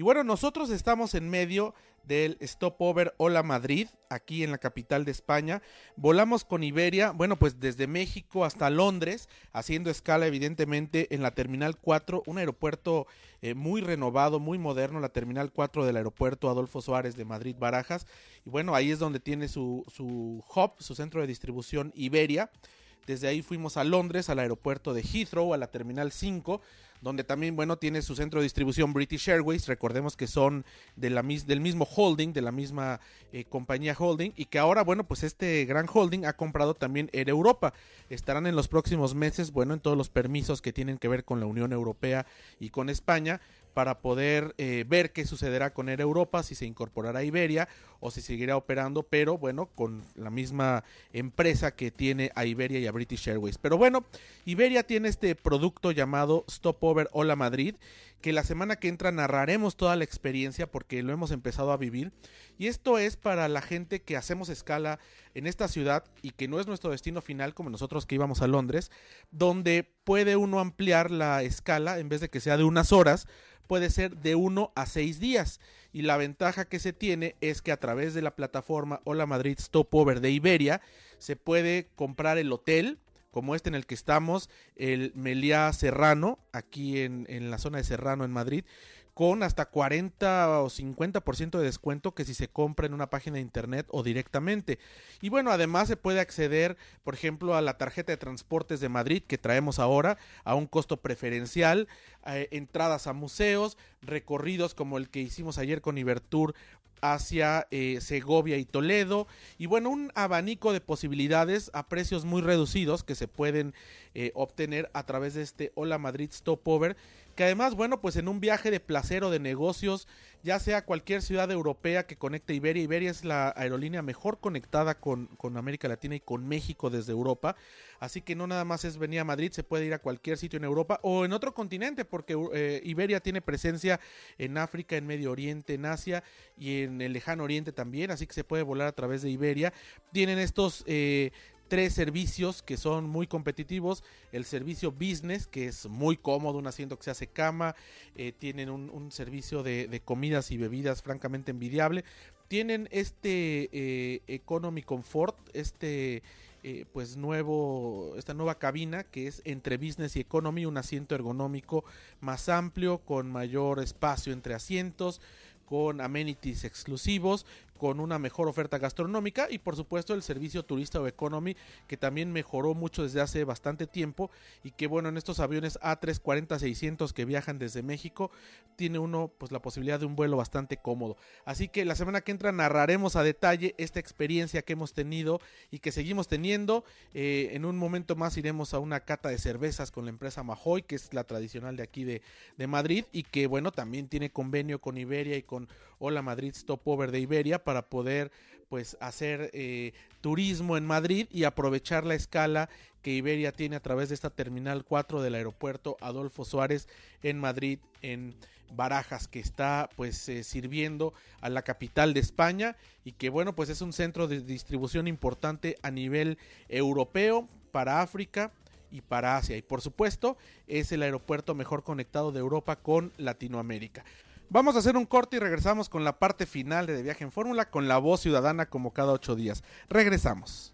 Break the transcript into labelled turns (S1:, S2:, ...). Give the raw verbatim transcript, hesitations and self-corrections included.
S1: Y bueno, nosotros estamos en medio del Stopover Hola Madrid, aquí en la capital de España. Volamos con Iberia, bueno, pues desde México hasta Londres, haciendo escala evidentemente en la Terminal cuatro, un aeropuerto eh, muy renovado, muy moderno, la Terminal cuatro del aeropuerto Adolfo Suárez de Madrid Barajas. Y bueno, ahí es donde tiene su, su hub, su centro de distribución Iberia. Desde ahí fuimos a Londres, al aeropuerto de Heathrow, a la Terminal cinco, donde también, bueno, tiene su centro de distribución British Airways. Recordemos que son de la, del mismo holding, de la misma eh, compañía holding, y que ahora, bueno, pues este gran holding ha comprado también Air Europa. Estarán en los próximos meses, bueno, en todos los permisos que tienen que ver con la Unión Europea y con España, para poder eh, ver qué sucederá con Air Europa, si se incorporará a Iberia o si seguirá operando, pero bueno, con la misma empresa que tiene a Iberia y a British Airways. Pero bueno, Iberia tiene este producto llamado Stopover Hola Madrid, que la semana que entra narraremos toda la experiencia porque lo hemos empezado a vivir. Y esto es para la gente que hacemos escala en esta ciudad y que no es nuestro destino final, como nosotros que íbamos a Londres, donde puede uno ampliar la escala, en vez de que sea de unas horas, puede ser de uno a seis días. Y la ventaja que se tiene es que a través de la plataforma Hola Madrid Stopover de Iberia se puede comprar el hotel, como este en el que estamos, el Meliá Serrano, aquí en, en la zona de Serrano en Madrid, con hasta cuarenta o cincuenta por ciento de descuento que si se compra en una página de internet o directamente. Y bueno, además se puede acceder, por ejemplo, a la tarjeta de transportes de Madrid que traemos ahora a un costo preferencial, eh, entradas a museos, recorridos como el que hicimos ayer con Ibertour hacia eh, Segovia y Toledo, y bueno, un abanico de posibilidades a precios muy reducidos que se pueden eh, obtener a través de este Hola Madrid Stopover, que además, bueno, pues en un viaje de placer o de negocios, ya sea cualquier ciudad europea que conecte Iberia. Iberia es la aerolínea mejor conectada con, con América Latina y con México desde Europa, así que no nada más es venir a Madrid, se puede ir a cualquier sitio en Europa o en otro continente, porque eh, Iberia tiene presencia en África, en Medio Oriente, en Asia y en el Lejano Oriente también, así que se puede volar a través de Iberia. Tienen estos eh, tres servicios que son muy competitivos. El servicio business, que es muy cómodo, un asiento que se hace cama. Eh, tienen un, un servicio de, de comidas y bebidas francamente envidiable. Tienen este eh, Economy Comfort, este eh, pues nuevo, esta nueva cabina que es entre business y economy, un asiento ergonómico más amplio, con mayor espacio entre asientos, con amenities exclusivos, con una mejor oferta gastronómica y por supuesto el servicio turista o economy, que también mejoró mucho desde hace bastante tiempo y que bueno, en estos aviones A tres cuarenta seiscientos que viajan desde México tiene uno pues la posibilidad de un vuelo bastante cómodo. Así que la semana que entra narraremos a detalle esta experiencia que hemos tenido y que seguimos teniendo. Eh, en un momento más iremos a una cata de cervezas con la empresa Majoy, que es la tradicional de aquí de, de Madrid y que bueno, también tiene convenio con Iberia y con Hola Madrid Stopover de Iberia para poder pues hacer eh, turismo en Madrid y aprovechar la escala que Iberia tiene a través de esta Terminal cuatro del aeropuerto Adolfo Suárez en Madrid, en Barajas, que está pues eh, sirviendo a la capital de España y que bueno, pues es un centro de distribución importante a nivel europeo para África y para Asia, y por supuesto es el aeropuerto mejor conectado de Europa con Latinoamérica. Vamos a hacer un corte y regresamos con la parte final de, de Viaje en Fórmula, con la voz ciudadana como cada ocho días. Regresamos.